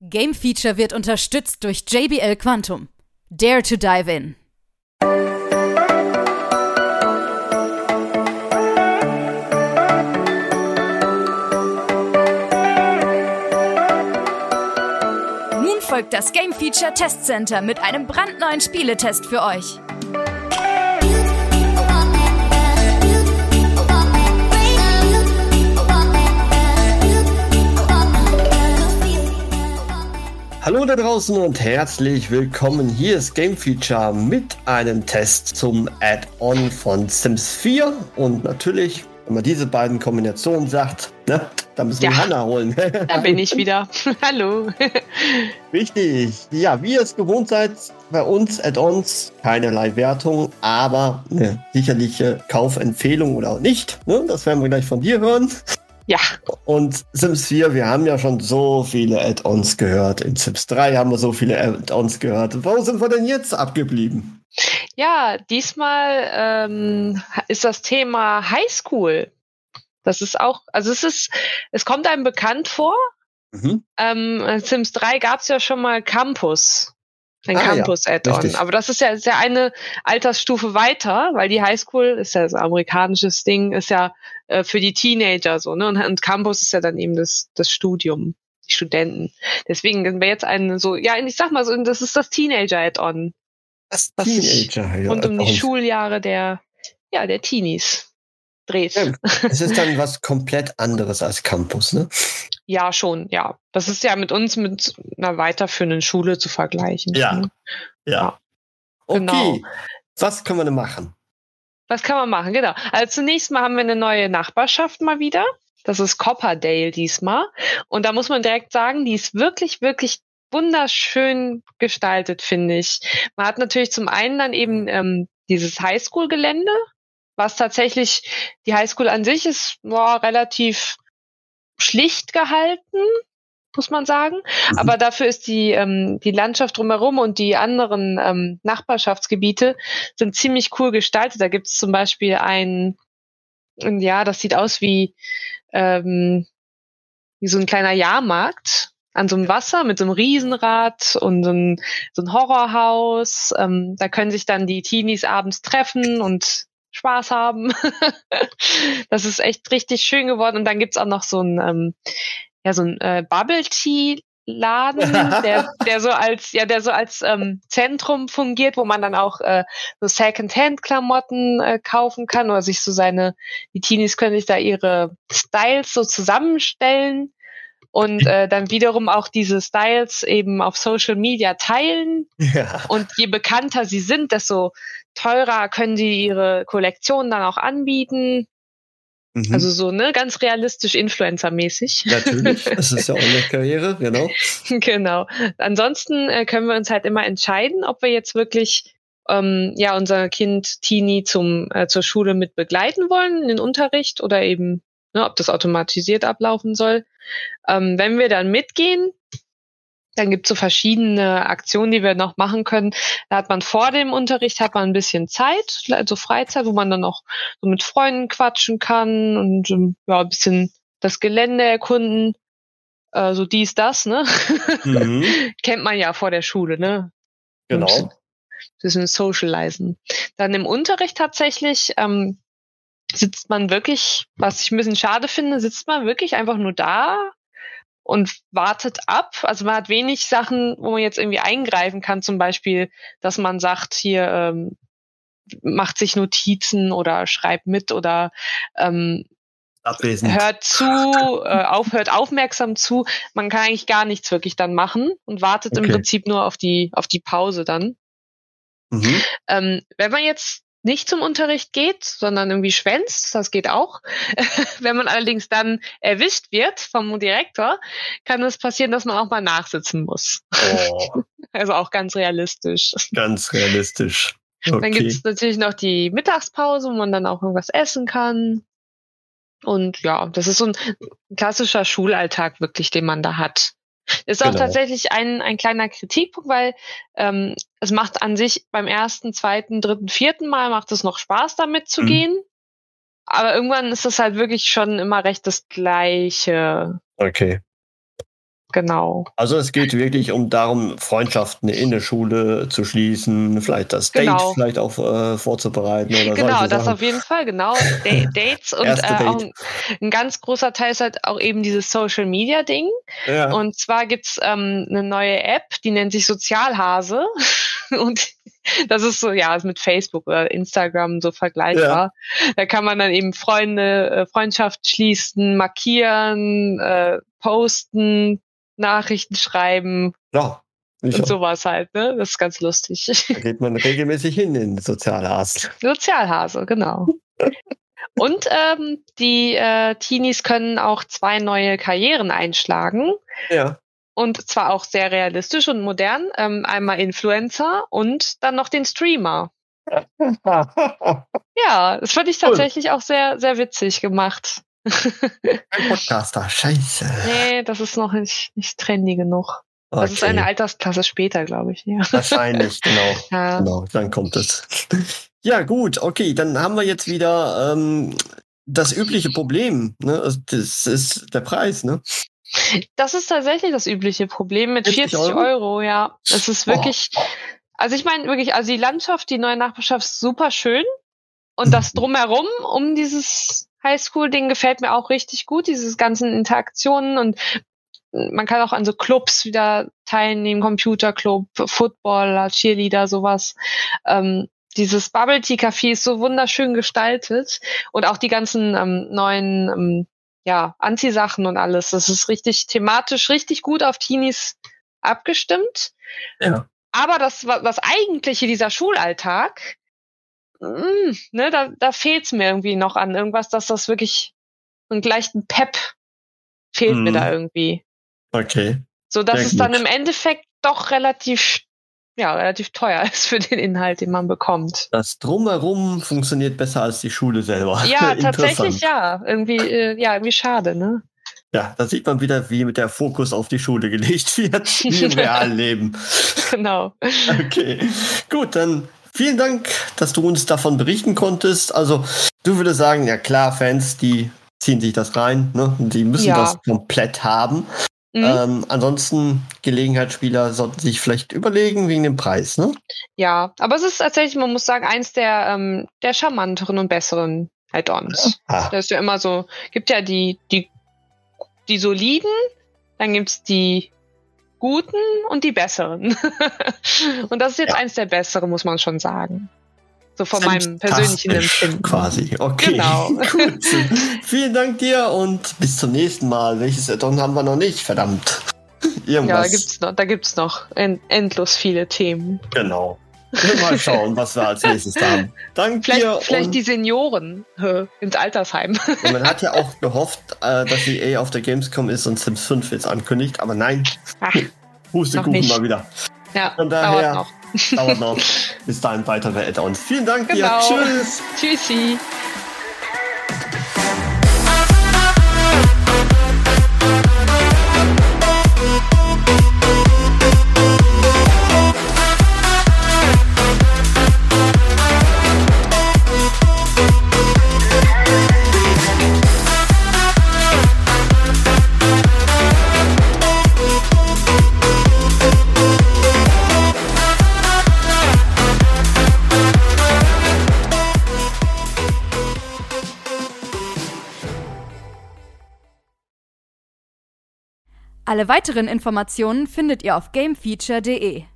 Game Feature wird unterstützt durch JBL Quantum. Dare to dive in. Nun folgt das Game Feature Test Center mit einem brandneuen Spieletest für euch. Hallo da draußen und herzlich willkommen. Hier ist Game Feature mit einem Test zum Add-on von Sims 4. Und natürlich, wenn man diese beiden Kombinationen sagt, ne, da müssen wir Hannah holen. Da bin ich wieder. Hallo. Richtig. Ja, wie ihr es gewohnt seid, bei uns Add-ons keinerlei Wertung, aber eine sicherliche Kaufempfehlung oder auch nicht. Ne? Das werden wir gleich von dir hören. Ja. Und Sims 4, wir haben ja schon so viele Add-ons gehört. In Sims 3 haben wir so viele Add-ons gehört. Wo sind wir denn jetzt abgeblieben? Ja, diesmal ist das Thema Highschool. Das ist auch, also es kommt einem bekannt vor. Mhm. Sims 3 gab es ja schon mal Campus. Ein Campus-Add-on. Ja, aber das ist ja eine Altersstufe weiter, weil die Highschool ist ja das amerikanisches Ding, ist ja für die Teenager so, ne? Und Campus ist ja dann eben das Studium, die Studenten. Deswegen wäre jetzt ich sag mal so, das ist das Teenager-Add-on. Das Teenager-Add-on. Rund um die Schuljahre der Teenies dreht. Ja, es ist dann was komplett anderes als Campus, ne? Ja, schon, ja. Das ist ja mit einer weiterführenden Schule zu vergleichen. Ja. Ne? Ja. Genau. Okay. Was können wir denn machen? Was kann man machen? Genau. Also zunächst mal haben wir eine neue Nachbarschaft mal wieder. Das ist Copperdale diesmal. Und da muss man direkt sagen, die ist wirklich, wirklich wunderschön gestaltet, finde ich. Man hat natürlich zum einen dann eben dieses Highschool-Gelände, was tatsächlich, die Highschool an sich ist relativ schlicht gehalten, muss man sagen. Mhm. Aber dafür ist die Landschaft drumherum und die anderen Nachbarschaftsgebiete sind ziemlich cool gestaltet. Da gibt es zum Beispiel das sieht aus wie so ein kleiner Jahrmarkt an so einem Wasser mit so einem Riesenrad und so ein Horrorhaus. Da können sich dann die Teenies abends treffen und Spaß haben. Das ist echt richtig schön geworden. Und dann gibt's auch noch so ein Bubble Tea Laden, der so als Zentrum fungiert, wo man dann auch so Second-Hand Klamotten kaufen kann oder sich die Teenies können sich da ihre Styles so zusammenstellen und dann wiederum auch diese Styles eben auf Social Media teilen. Ja. Und je bekannter sie sind, desto teurer können die ihre Kollektion dann auch anbieten. Mhm. Also so, ne, ganz realistisch Influencer-mäßig. Natürlich, das ist ja auch eine Karriere, genau. Genau. Ansonsten können wir uns halt immer entscheiden, ob wir jetzt wirklich unser Kind Teenie zur Schule mit begleiten wollen, in den Unterricht oder eben, ne, ob das automatisiert ablaufen soll. Wenn wir dann mitgehen, dann gibt's so verschiedene Aktionen, die wir noch machen können. Da hat man vor dem Unterricht ein bisschen Zeit, also Freizeit, wo man dann auch so mit Freunden quatschen kann und ein bisschen das Gelände erkunden. So dies, das, ne? Mhm. Kennt man ja vor der Schule, ne? Genau. Ein bisschen socialisen. Dann im Unterricht tatsächlich sitzt man wirklich, was ich ein bisschen schade finde, sitzt man wirklich einfach nur da und wartet ab. Also man hat wenig Sachen, wo man jetzt irgendwie eingreifen kann, zum Beispiel, dass man sagt, hier macht sich Notizen oder schreibt mit oder abwesend. hört aufmerksam zu. Man kann eigentlich gar nichts wirklich dann machen und wartet im Prinzip nur auf die Pause dann. Mhm. Wenn man jetzt nicht zum Unterricht geht, sondern irgendwie schwänzt, das geht auch. Wenn man allerdings dann erwischt wird vom Direktor, kann es passieren, dass man auch mal nachsitzen muss. Oh. Also auch ganz realistisch. Ganz realistisch. Okay. Dann gibt es natürlich noch die Mittagspause, wo man dann auch irgendwas essen kann. Und ja, das ist so ein klassischer Schulalltag wirklich, den man da hat. Ist auch tatsächlich ein kleiner Kritikpunkt, weil es macht an sich beim ersten, zweiten, dritten, vierten Mal macht es noch Spaß, damit zu gehen. Aber irgendwann ist das halt wirklich schon immer recht das Gleiche. Okay. Genau. Also es geht wirklich darum, Freundschaften in der Schule zu schließen, vielleicht das Date vielleicht auch vorzubereiten oder genau, solche das Sachen. Auf jeden Fall, genau. Dates und auch ein ganz großer Teil ist halt auch eben dieses Social-Media-Ding. Ja. Und zwar gibt's eine neue App, die nennt sich Sozialhase. Und das ist so, ist mit Facebook oder Instagram so vergleichbar. Ja. Da kann man dann eben Freundschaft schließen, markieren, posten, Nachrichten schreiben. Ja. Und sowas halt, ne? Das ist ganz lustig. Da geht man regelmäßig hin in Sozialhase. Sozialhase, genau. Und die Teenies können auch 2 neue Karrieren einschlagen. Ja. Und zwar auch sehr realistisch und modern. Einmal Influencer und dann noch den Streamer. Ja, das fand ich tatsächlich auch sehr, sehr witzig gemacht. Ein Podcaster, scheiße. Nee, das ist noch nicht trendy genug. Okay. Das ist eine Altersklasse später, glaube ich. Ja. Wahrscheinlich, genau. Ja. Genau, dann kommt es. Ja, gut, okay, dann haben wir jetzt wieder das übliche Problem. Ne? Das ist der Preis, ne? Das ist tatsächlich das übliche Problem mit 40 Euro, ja. Es ist wirklich, also ich meine wirklich, also die Landschaft, die neue Nachbarschaft ist super schön. Und das Drumherum um dieses Highschool-Ding gefällt mir auch richtig gut, diese ganzen Interaktionen, und man kann auch an so Clubs wieder teilnehmen, Computerclub, Footballer, Cheerleader, sowas. Dieses Bubble Tea Café ist so wunderschön gestaltet, und auch die ganzen neuen Anziehsachen und alles. Das ist richtig thematisch richtig gut auf Teenies abgestimmt. Ja. Aber das Eigentliche, dieser Schulalltag, da fehlt's mir irgendwie noch an irgendwas, dass das wirklich einen leichten Pep fehlt mir da irgendwie. Okay. So dass es dann im Endeffekt doch relativ teuer ist für den Inhalt, den man bekommt. Das Drumherum funktioniert besser als die Schule selber. Ja, tatsächlich ja. Irgendwie schade, ne? Ja, da sieht man wieder, wie mit der Fokus auf die Schule gelegt wird, wie im realen Leben. Genau. Okay, gut, dann vielen Dank, dass du uns davon berichten konntest. Also, du würdest sagen, ja klar, Fans, die ziehen sich das rein, ne? Die müssen das komplett haben. Ansonsten, Gelegenheitsspieler sollten sich vielleicht überlegen wegen dem Preis, ne? Ja, aber es ist tatsächlich, man muss sagen, eins der charmanteren und besseren Add-ons. Das ist ja immer so, gibt ja die soliden, dann gibt's die guten und die besseren. Und das ist jetzt eins der besseren, muss man schon sagen. So von meinem persönlichen Empfinden. Quasi, okay. Genau. Gut. Vielen Dank dir und bis zum nächsten Mal. Welches Add-on haben wir noch nicht? Verdammt. Irgendwas. Ja, da gibt's noch endlos viele Themen. Genau. Mal schauen, was wir als nächstes da haben. Danke dir. Vielleicht die Senioren ins Altersheim. Und man hat ja auch gehofft, dass EA auf der Gamescom ist und Sims 5 jetzt ankündigt, aber nein. Pustekuchen mal wieder. Ja, von daher, dauert noch. Dauert noch. Bis dahin weitere Add-ons. Vielen Dank dir. Tschüss. Tschüssi. Alle weiteren Informationen findet ihr auf gamefeature.de.